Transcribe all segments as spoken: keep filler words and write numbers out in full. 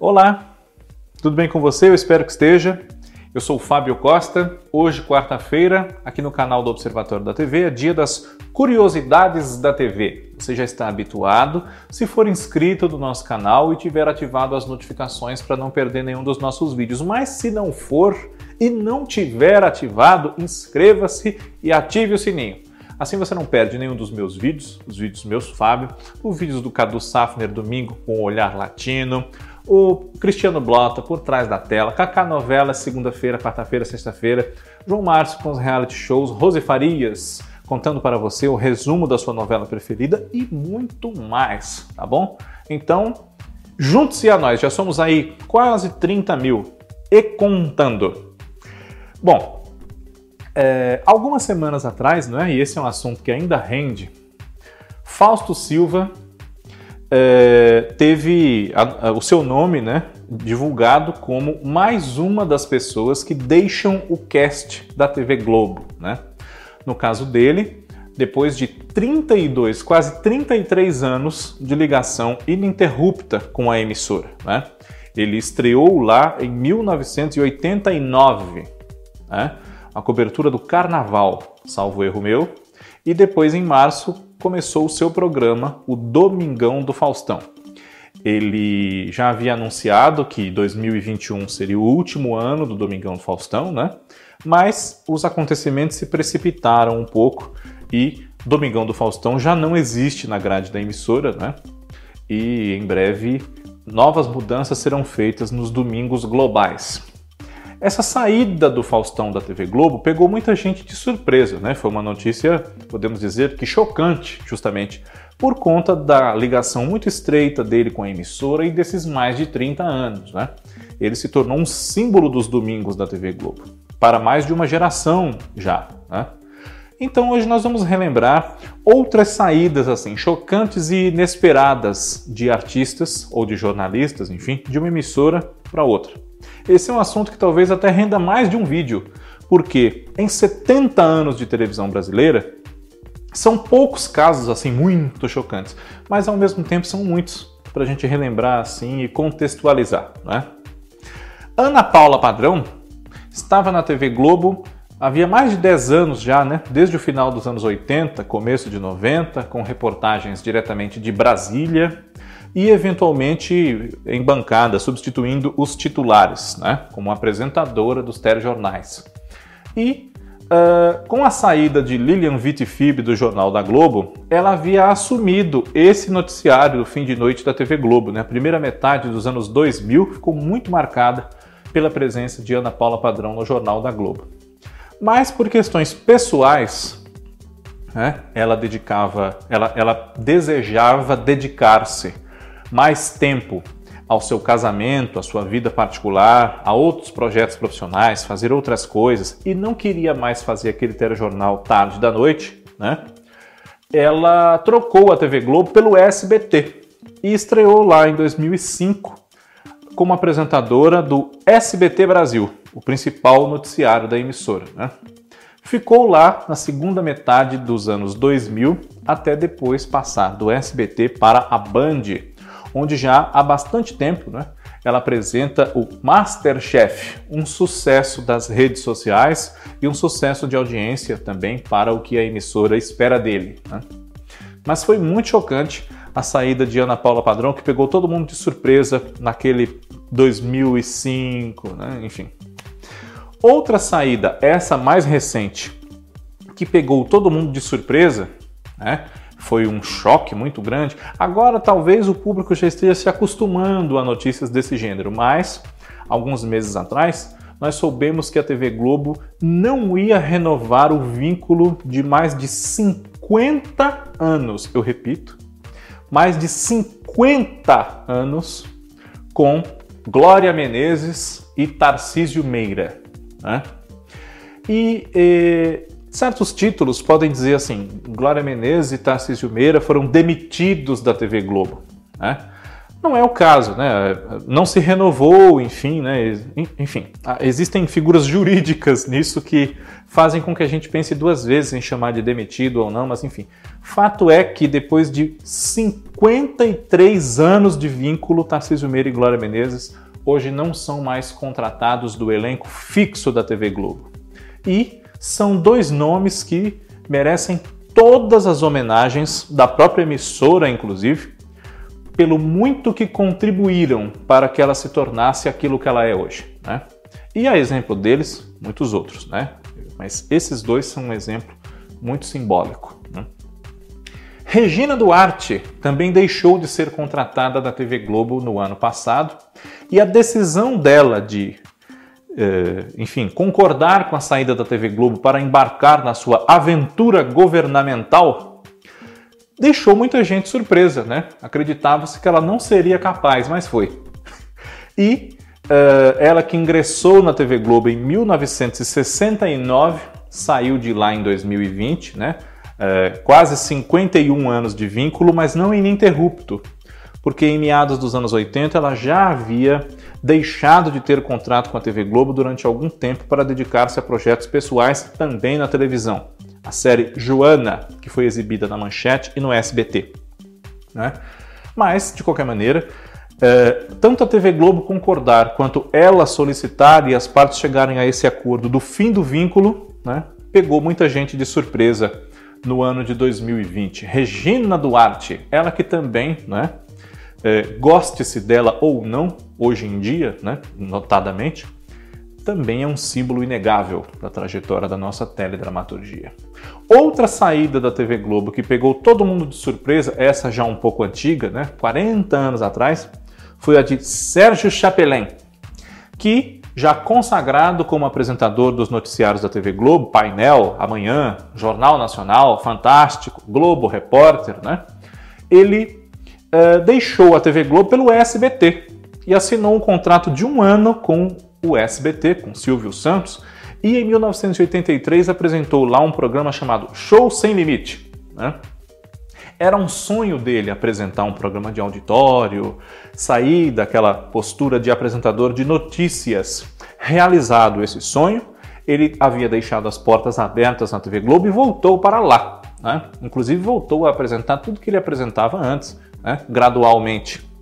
Olá, tudo bem com você? Eu espero que esteja. Eu sou o Fábio Costa. Hoje, quarta-feira, aqui no canal do Observatório da T V, é dia das curiosidades da T V. Você já está habituado se for inscrito no nosso canal e tiver ativado as notificações para não perder nenhum dos nossos vídeos. Mas se não for e não tiver ativado, inscreva-se e ative o sininho. Assim você não perde nenhum dos meus vídeos, os vídeos meus, Fábio, os vídeos do Cadu Safner, domingo, com o Olhar Latino, o Cristiano Blota, Por Trás da Tela, Kaká Novela, segunda-feira, quarta-feira, sexta-feira, João Márcio com os reality shows, Rose Farias, contando para você o resumo da sua novela preferida e muito mais, tá bom? Então, junte-se a nós, já somos aí quase trinta mil e contando. Bom, É, algumas semanas atrás, né, e esse é um assunto que ainda rende, Fausto Silva é, teve a, a, o seu nome, né, divulgado como mais uma das pessoas que deixam o cast da T V Globo, né? No caso dele, depois de trinta e dois, quase trinta e três anos de ligação ininterrupta com a emissora, né? Ele estreou lá em mil novecentos e oitenta e nove, né? A cobertura do Carnaval, salvo erro meu, e depois, em março, começou o seu programa, o Domingão do Faustão. Ele já havia anunciado que dois mil e vinte e um seria o último ano do Domingão do Faustão, né? Mas os acontecimentos se precipitaram um pouco e Domingão do Faustão já não existe na grade da emissora, né? E em breve novas mudanças serão feitas nos domingos globais. Essa saída do Faustão da T V Globo pegou muita gente de surpresa, né? Foi uma notícia, podemos dizer, que chocante, justamente, por conta da ligação muito estreita dele com a emissora e desses mais de trinta anos, né? Ele se tornou um símbolo dos domingos da T V Globo, para mais de uma geração já, né? Então hoje nós vamos relembrar outras saídas assim chocantes e inesperadas de artistas ou de jornalistas, enfim, de uma emissora para outra. Esse é um assunto que talvez até renda mais de um vídeo, porque em setenta anos de televisão brasileira, são poucos casos assim muito chocantes, mas ao mesmo tempo são muitos para a gente relembrar assim e contextualizar, né? Ana Paula Padrão estava na T V Globo havia mais de dez anos já, né? Desde o final dos anos oitenta, começo de noventa, com reportagens diretamente de Brasília e eventualmente em bancada, substituindo os titulares, né? Como apresentadora dos telejornais. E uh, com a saída de Lilian Vitti-Fibbe do Jornal da Globo, ela havia assumido esse noticiário do fim de noite da T V Globo, né? A primeira metade dos anos dois mil ficou muito marcada pela presença de Ana Paula Padrão no Jornal da Globo. Mas por questões pessoais, né, ela dedicava, ela, ela desejava dedicar-se mais tempo ao seu casamento, à sua vida particular, a outros projetos profissionais, fazer outras coisas, e não queria mais fazer aquele telejornal tarde da noite, né? Ela trocou a T V Globo pelo S B T e estreou lá em dois mil e cinco como apresentadora do S B T Brasil, o principal noticiário da emissora, né? Ficou lá na segunda metade dos anos dois mil, até depois passar do S B T para a Band, onde já há bastante tempo, né, ela apresenta o MasterChef, um sucesso das redes sociais e um sucesso de audiência também para o que a emissora espera dele, né? Mas foi muito chocante a saída de Ana Paula Padrão, que pegou todo mundo de surpresa naquele dois mil e cinco, né? Enfim. Outra saída, essa mais recente, que pegou todo mundo de surpresa, né? Foi um choque muito grande. Agora talvez o público já esteja se acostumando a notícias desse gênero, mas alguns meses atrás nós soubemos que a T V Globo não ia renovar o vínculo de mais de cinquenta anos, eu repito, mais de cinquenta anos com Glória Menezes e Tarcísio Meira, né? E, e certos títulos podem dizer assim, Glória Menezes e Tarcísio Meira foram demitidos da T V Globo, né? Não é o caso, né? Não se renovou, enfim, né? Enfim, existem figuras jurídicas nisso que fazem com que a gente pense duas vezes em chamar de demitido ou não, mas enfim. Fato é que depois de cinquenta e três anos de vínculo, Tarcísio Meira e Glória Menezes hoje não são mais contratados do elenco fixo da T V Globo. E são dois nomes que merecem todas as homenagens da própria emissora, inclusive, pelo muito que contribuíram para que ela se tornasse aquilo que ela é hoje, né? E a exemplo deles, muitos outros, né? Mas esses dois são um exemplo muito simbólico, né? Regina Duarte também deixou de ser contratada da T V Globo no ano passado e a decisão dela de, eh, enfim, concordar com a saída da T V Globo para embarcar na sua aventura governamental deixou muita gente surpresa, né? Acreditava-se que ela não seria capaz, mas foi. E uh, ela que ingressou na T V Globo em mil novecentos e sessenta e nove, saiu de lá em dois mil e vinte, né? Uh, quase cinquenta e um anos de vínculo, mas não ininterrupto, porque em meados dos anos oitenta ela já havia deixado de ter contrato com a T V Globo durante algum tempo para dedicar-se a projetos pessoais também na televisão. A série Joana, que foi exibida na Manchete e no S B T, né? Mas, de qualquer maneira, é, tanto a T V Globo concordar quanto ela solicitar e as partes chegarem a esse acordo do fim do vínculo, né, pegou muita gente de surpresa no ano de dois mil e vinte. Regina Duarte, ela que também, né, é, goste-se dela ou não, hoje em dia, né, notadamente, também é um símbolo inegável da trajetória da nossa teledramaturgia. Outra saída da T V Globo que pegou todo mundo de surpresa, essa já um pouco antiga, né, quarenta anos atrás, foi a de Sérgio Chapelain, que, já consagrado como apresentador dos noticiários da T V Globo, Painel, Amanhã, Jornal Nacional, Fantástico, Globo Repórter, né, ele uh, deixou a T V Globo pelo S B T e assinou um contrato de um ano com o S B T, com Silvio Santos, e em mil novecentos e oitenta e três apresentou lá um programa chamado Show Sem Limite, né? Era um sonho dele apresentar um programa de auditório, sair daquela postura de apresentador de notícias. Realizado esse sonho, ele havia deixado as portas abertas na T V Globo e voltou para lá, né? Inclusive voltou a apresentar tudo que ele apresentava antes, né? Gradualmente.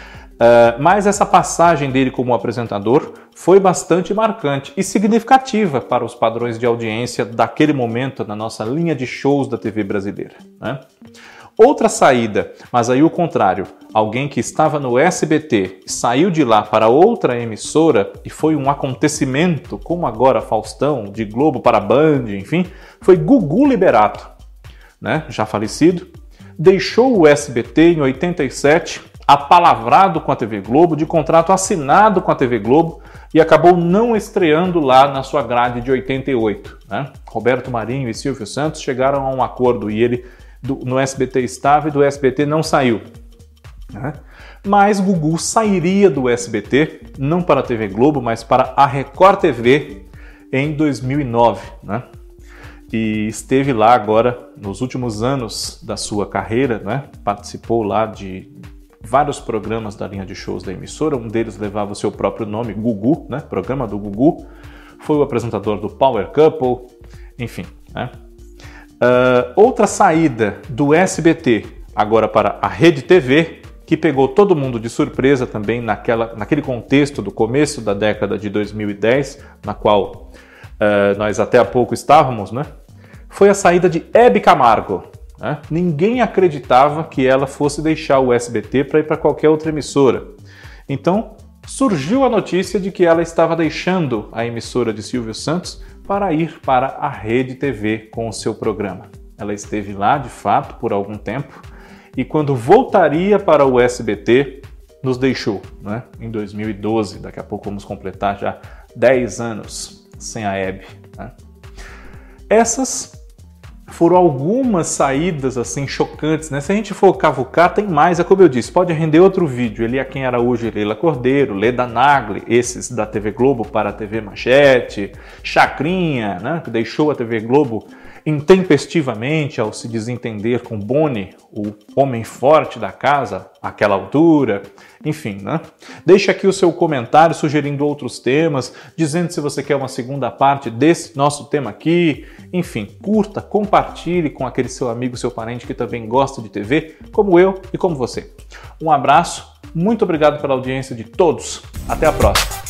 Uh, mas essa passagem dele como apresentador foi bastante marcante e significativa para os padrões de audiência daquele momento na nossa linha de shows da T V brasileira, né? Outra saída, mas aí o contrário, alguém que estava no S B T e saiu de lá para outra emissora e foi um acontecimento, como agora Faustão, de Globo para Band, enfim, foi Gugu Liberato, né? Já falecido, deixou o S B T em oitenta e sete, apalavrado com a T V Globo, de contrato assinado com a T V Globo, e acabou não estreando lá na sua grade de oitenta e oito. Né? Roberto Marinho e Silvio Santos chegaram a um acordo e ele do, no S B T estava e do S B T não saiu. Né? Mas Gugu sairia do S B T, não para a T V Globo, mas para a Record T V em dois mil e nove. Né? E esteve lá agora nos últimos anos da sua carreira, né? Participou lá de vários programas da linha de shows da emissora, um deles levava o seu próprio nome, Gugu, né? Programa do Gugu, foi o apresentador do Power Couple, enfim. Né? Uh, outra saída do S B T agora para a Rede T V, que pegou todo mundo de surpresa também naquela, naquele contexto do começo da década de dois mil e dez, na qual uh, nós até há pouco estávamos, né? Foi a saída de Hebe Camargo. Né? Ninguém acreditava que ela fosse deixar o S B T para ir para qualquer outra emissora. Então, surgiu a notícia de que ela estava deixando a emissora de Silvio Santos para ir para a Rede T V com o seu programa. Ela esteve lá, de fato, por algum tempo, e quando voltaria para o S B T, nos deixou, né? Em dois mil e doze. Daqui a pouco vamos completar já dez anos sem a Hebe. Né? Essas foram algumas saídas assim chocantes, né? Se a gente for cavucar, tem mais, é como eu disse, pode render outro vídeo. Elia Quem Araújo e Leila Cordeiro, Leda Nagli, esses da T V Globo para a T V Manchete, Chacrinha, né? Que deixou a T V Globo intempestivamente ao se desentender com Boni, o homem forte da casa, àquela altura, enfim, né? Deixe aqui o seu comentário sugerindo outros temas, dizendo se você quer uma segunda parte desse nosso tema aqui, enfim, curta, compartilhe com aquele seu amigo, seu parente que também gosta de T V, como eu e como você. Um abraço, muito obrigado pela audiência de todos, até a próxima!